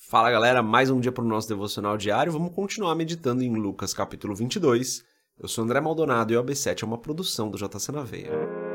Fala galera, mais um dia para o nosso devocional diário. Vamos continuar meditando em Lucas capítulo 22. Eu sou André Maldonado e o AB7 é uma produção do JC na Veia.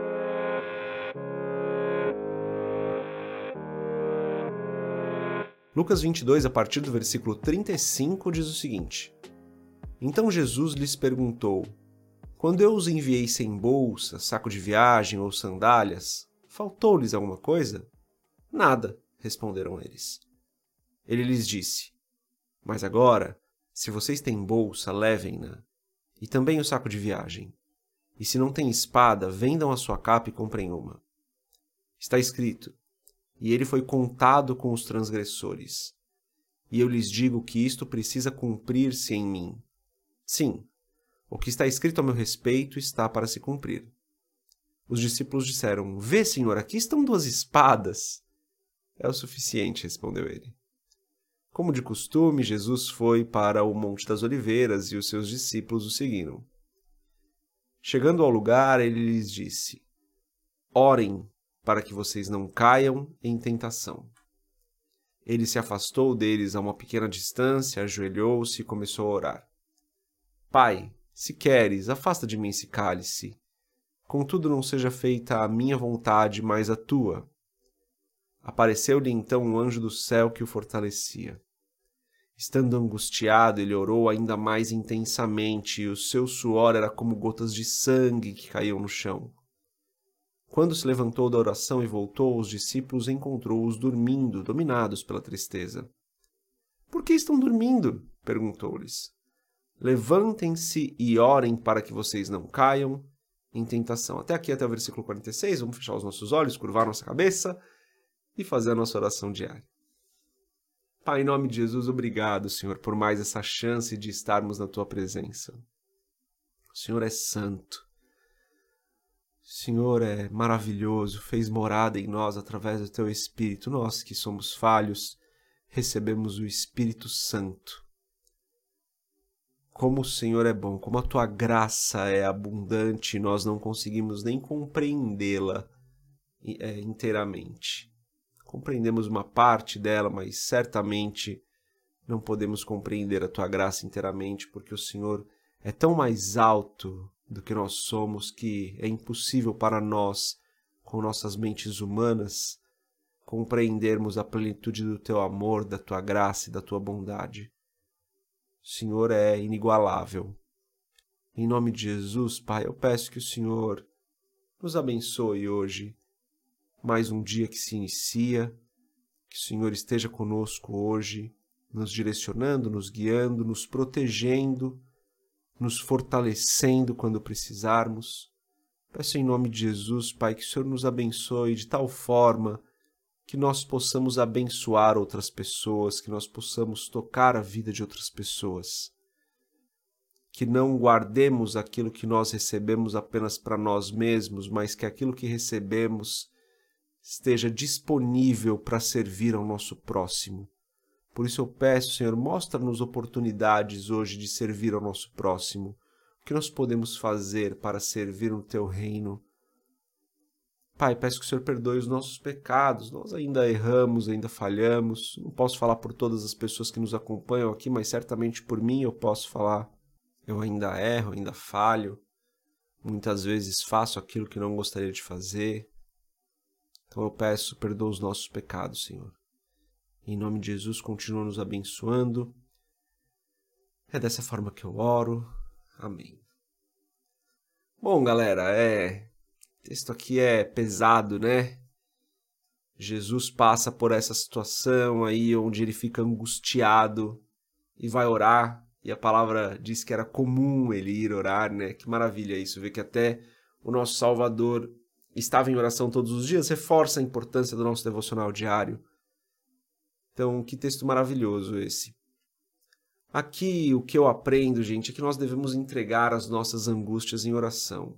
Lucas 22, a partir do versículo 35, diz o seguinte: Então Jesus lhes perguntou: Quando eu os enviei sem bolsa, saco de viagem ou sandálias, faltou-lhes alguma coisa? Nada, responderam eles. Ele lhes disse: Mas agora, se vocês têm bolsa, levem-na, e também o saco de viagem. E se não têm espada, vendam a sua capa e comprem uma. Está escrito: E ele foi contado com os transgressores. E eu lhes digo que isto precisa cumprir-se em mim. Sim, o que está escrito a meu respeito está para se cumprir. Os discípulos disseram: Vê, Senhor, aqui estão 2 espadas. É o suficiente, respondeu ele. Como de costume, Jesus foi para o Monte das Oliveiras e os seus discípulos o seguiram. Chegando ao lugar, ele lhes disse: Orem para que vocês não caiam em tentação. Ele se afastou deles a uma pequena distância, ajoelhou-se e começou a orar. Pai, se queres, afasta de mim esse cálice. Contudo, não seja feita a minha vontade, mas a tua. Apareceu-lhe então um anjo do céu que o fortalecia. Estando angustiado, ele orou ainda mais intensamente, e o seu suor era como gotas de sangue que caíam no chão. Quando se levantou da oração e voltou aos discípulos, encontrou-os dormindo, dominados pela tristeza. — Por que estão dormindo? Perguntou-lhes. — Levantem-se e orem para que vocês não caiam em tentação. Até aqui, até o versículo 46, vamos fechar os nossos olhos, curvar nossa cabeça e fazer a nossa oração diária. Pai, em nome de Jesus, obrigado, Senhor, por mais essa chance de estarmos na Tua presença. O Senhor é santo. O Senhor é maravilhoso, fez morada em nós através do Teu Espírito. Nós que somos falhos, recebemos o Espírito Santo. Como o Senhor é bom, como a Tua graça é abundante, nós não conseguimos nem compreendê-la inteiramente. Compreendemos uma parte dela, mas certamente não podemos compreender a Tua graça inteiramente, porque o Senhor é tão mais alto do que nós somos que é impossível para nós, com nossas mentes humanas, compreendermos a plenitude do Teu amor, da Tua graça e da Tua bondade. O Senhor é inigualável. Em nome de Jesus, Pai, eu peço que o Senhor nos abençoe hoje. Mais um dia que se inicia, que o Senhor esteja conosco hoje, nos direcionando, nos guiando, nos protegendo, nos fortalecendo quando precisarmos. Peço em nome de Jesus, Pai, que o Senhor nos abençoe de tal forma que nós possamos abençoar outras pessoas, que nós possamos tocar a vida de outras pessoas. Que não guardemos aquilo que nós recebemos apenas para nós mesmos, mas que aquilo que recebemos esteja disponível para servir ao nosso próximo. Por isso eu peço, Senhor, mostra-nos oportunidades hoje de servir ao nosso próximo. O que nós podemos fazer para servir no Teu reino? Pai, peço que o Senhor perdoe os nossos pecados. Nós ainda erramos, ainda falhamos. Não posso falar por todas as pessoas que nos acompanham aqui, mas certamente por mim eu posso falar. Eu ainda erro, ainda falho. Muitas vezes faço aquilo que não gostaria de fazer. Então eu peço, perdoa os nossos pecados, Senhor. Em nome de Jesus, continua nos abençoando. É dessa forma que eu oro. Amém. Bom, galera, o texto aqui é pesado, né? Jesus passa por essa situação aí onde ele fica angustiado e vai orar. E a palavra diz que era comum ele ir orar, né? Que maravilha isso, ver que até o nosso Salvador estava em oração todos os dias, reforça a importância do nosso devocional diário. Então, que texto maravilhoso esse. Aqui, o que eu aprendo, gente, é que nós devemos entregar as nossas angústias em oração.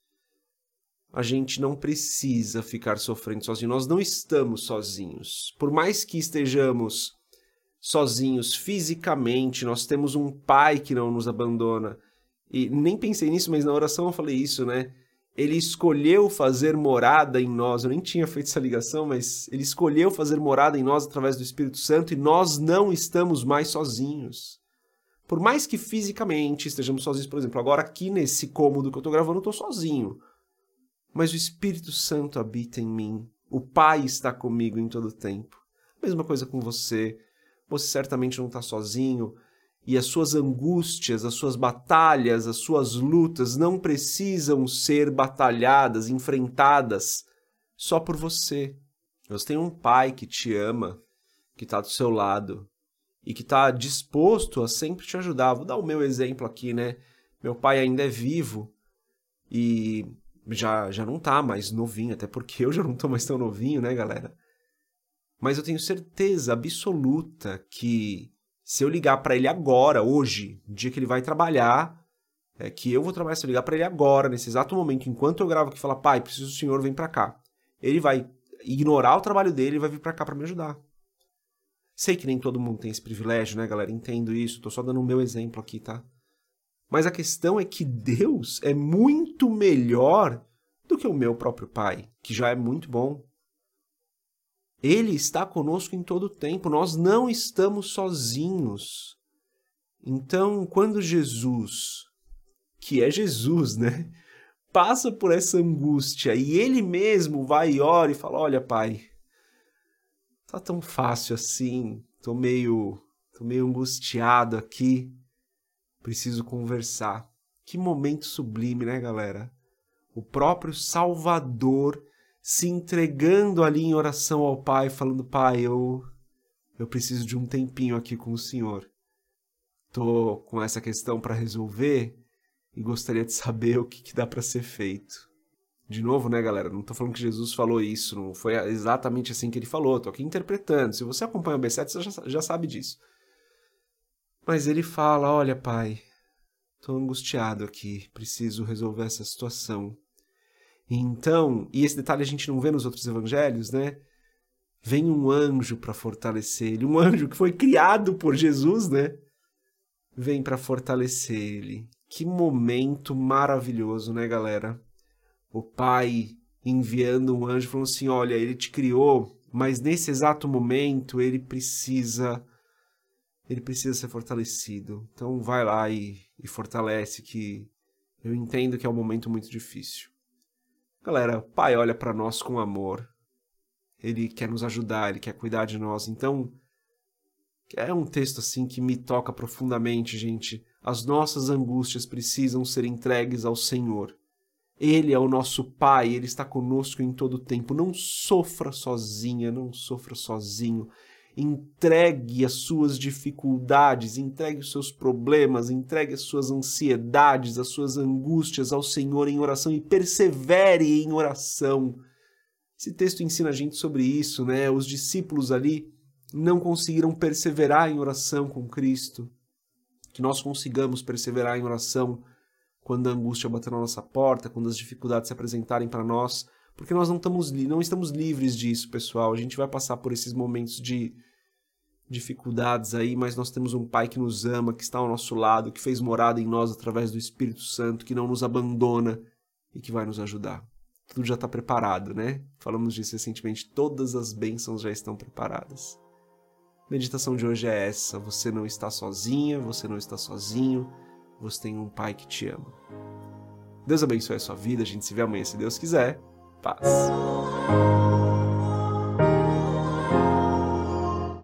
A gente não precisa ficar sofrendo sozinho, nós não estamos sozinhos. Por mais que estejamos sozinhos fisicamente, nós temos um Pai que não nos abandona. E nem pensei nisso, mas na oração eu falei isso, né? Ele escolheu fazer morada em nós. Eu nem tinha feito essa ligação, mas ele escolheu fazer morada em nós através do Espírito Santo e nós não estamos mais sozinhos. Por mais que fisicamente estejamos sozinhos, por exemplo, agora aqui nesse cômodo que eu estou gravando, eu estou sozinho. Mas o Espírito Santo habita em mim. O Pai está comigo em todo o tempo. Mesma coisa com você. Você certamente não está sozinho. E as suas angústias, as suas batalhas, as suas lutas não precisam ser batalhadas, enfrentadas só por você. Você tem um Pai que te ama, que está do seu lado e que está disposto a sempre te ajudar. Vou dar o meu exemplo aqui, né? Meu pai ainda é vivo e já não tá mais novinho, até porque eu já não tô mais tão novinho, né, galera? Mas eu tenho certeza absoluta que se eu ligar para ele agora, hoje, no dia que ele vai trabalhar, que eu vou trabalhar, se eu ligar para ele agora, nesse exato momento, enquanto eu gravo aqui e falar, pai, preciso do senhor, vem para cá. Ele vai ignorar o trabalho dele e vai vir para cá para me ajudar. Sei que nem todo mundo tem esse privilégio, né, galera? Entendo isso, tô só dando o meu exemplo aqui, tá? Mas a questão é que Deus é muito melhor do que o meu próprio pai, que já é muito bom. Ele está conosco em todo o tempo, nós não estamos sozinhos. Então, quando Jesus, que é Jesus, né, passa por essa angústia e ele mesmo vai e ora e fala, olha, pai, tá tão fácil assim, tô meio angustiado aqui, preciso conversar. Que momento sublime, né, galera? O próprio Salvador se entregando ali em oração ao Pai, falando, Pai, eu preciso de um tempinho aqui com o Senhor. Tô com essa questão para resolver e gostaria de saber o que dá para ser feito. De novo, né, galera? Não tô falando que Jesus falou isso, não foi exatamente assim que ele falou, tô aqui interpretando. Se você acompanha o B7, você já sabe disso. Mas ele fala, olha, Pai, tô angustiado aqui, preciso resolver essa situação. Então, e esse detalhe a gente não vê nos outros evangelhos, né? Vem um anjo para fortalecer ele, um anjo que foi criado por Jesus, né? Vem para fortalecer ele. Que momento maravilhoso, né, galera? O Pai enviando um anjo falando assim, olha, ele te criou, mas nesse exato momento ele precisa ser fortalecido. Então vai lá e fortalece, que eu entendo que é um momento muito difícil. Galera, o Pai olha para nós com amor. Ele quer nos ajudar, ele quer cuidar de nós. Então, é um texto assim que me toca profundamente, gente. As nossas angústias precisam ser entregues ao Senhor. Ele é o nosso Pai, Ele está conosco em todo o tempo. Não sofra sozinha, não sofra sozinho. Entregue as suas dificuldades, entregue os seus problemas, entregue as suas ansiedades, as suas angústias ao Senhor em oração e persevere em oração. Esse texto ensina a gente sobre isso, né? Os discípulos ali não conseguiram perseverar em oração com Cristo. Que nós consigamos perseverar em oração quando a angústia bater na nossa porta, quando as dificuldades se apresentarem para nós, porque nós não estamos livres disso, pessoal. A gente vai passar por esses momentos de dificuldades aí, mas nós temos um Pai que nos ama, que está ao nosso lado, que fez morada em nós através do Espírito Santo, que não nos abandona e que vai nos ajudar. Tudo já está preparado, né? Falamos disso recentemente, todas as bênçãos já estão preparadas. A meditação de hoje é essa, você não está sozinha, você não está sozinho, você tem um Pai que te ama. Deus abençoe a sua vida, a gente se vê amanhã se Deus quiser. Paz.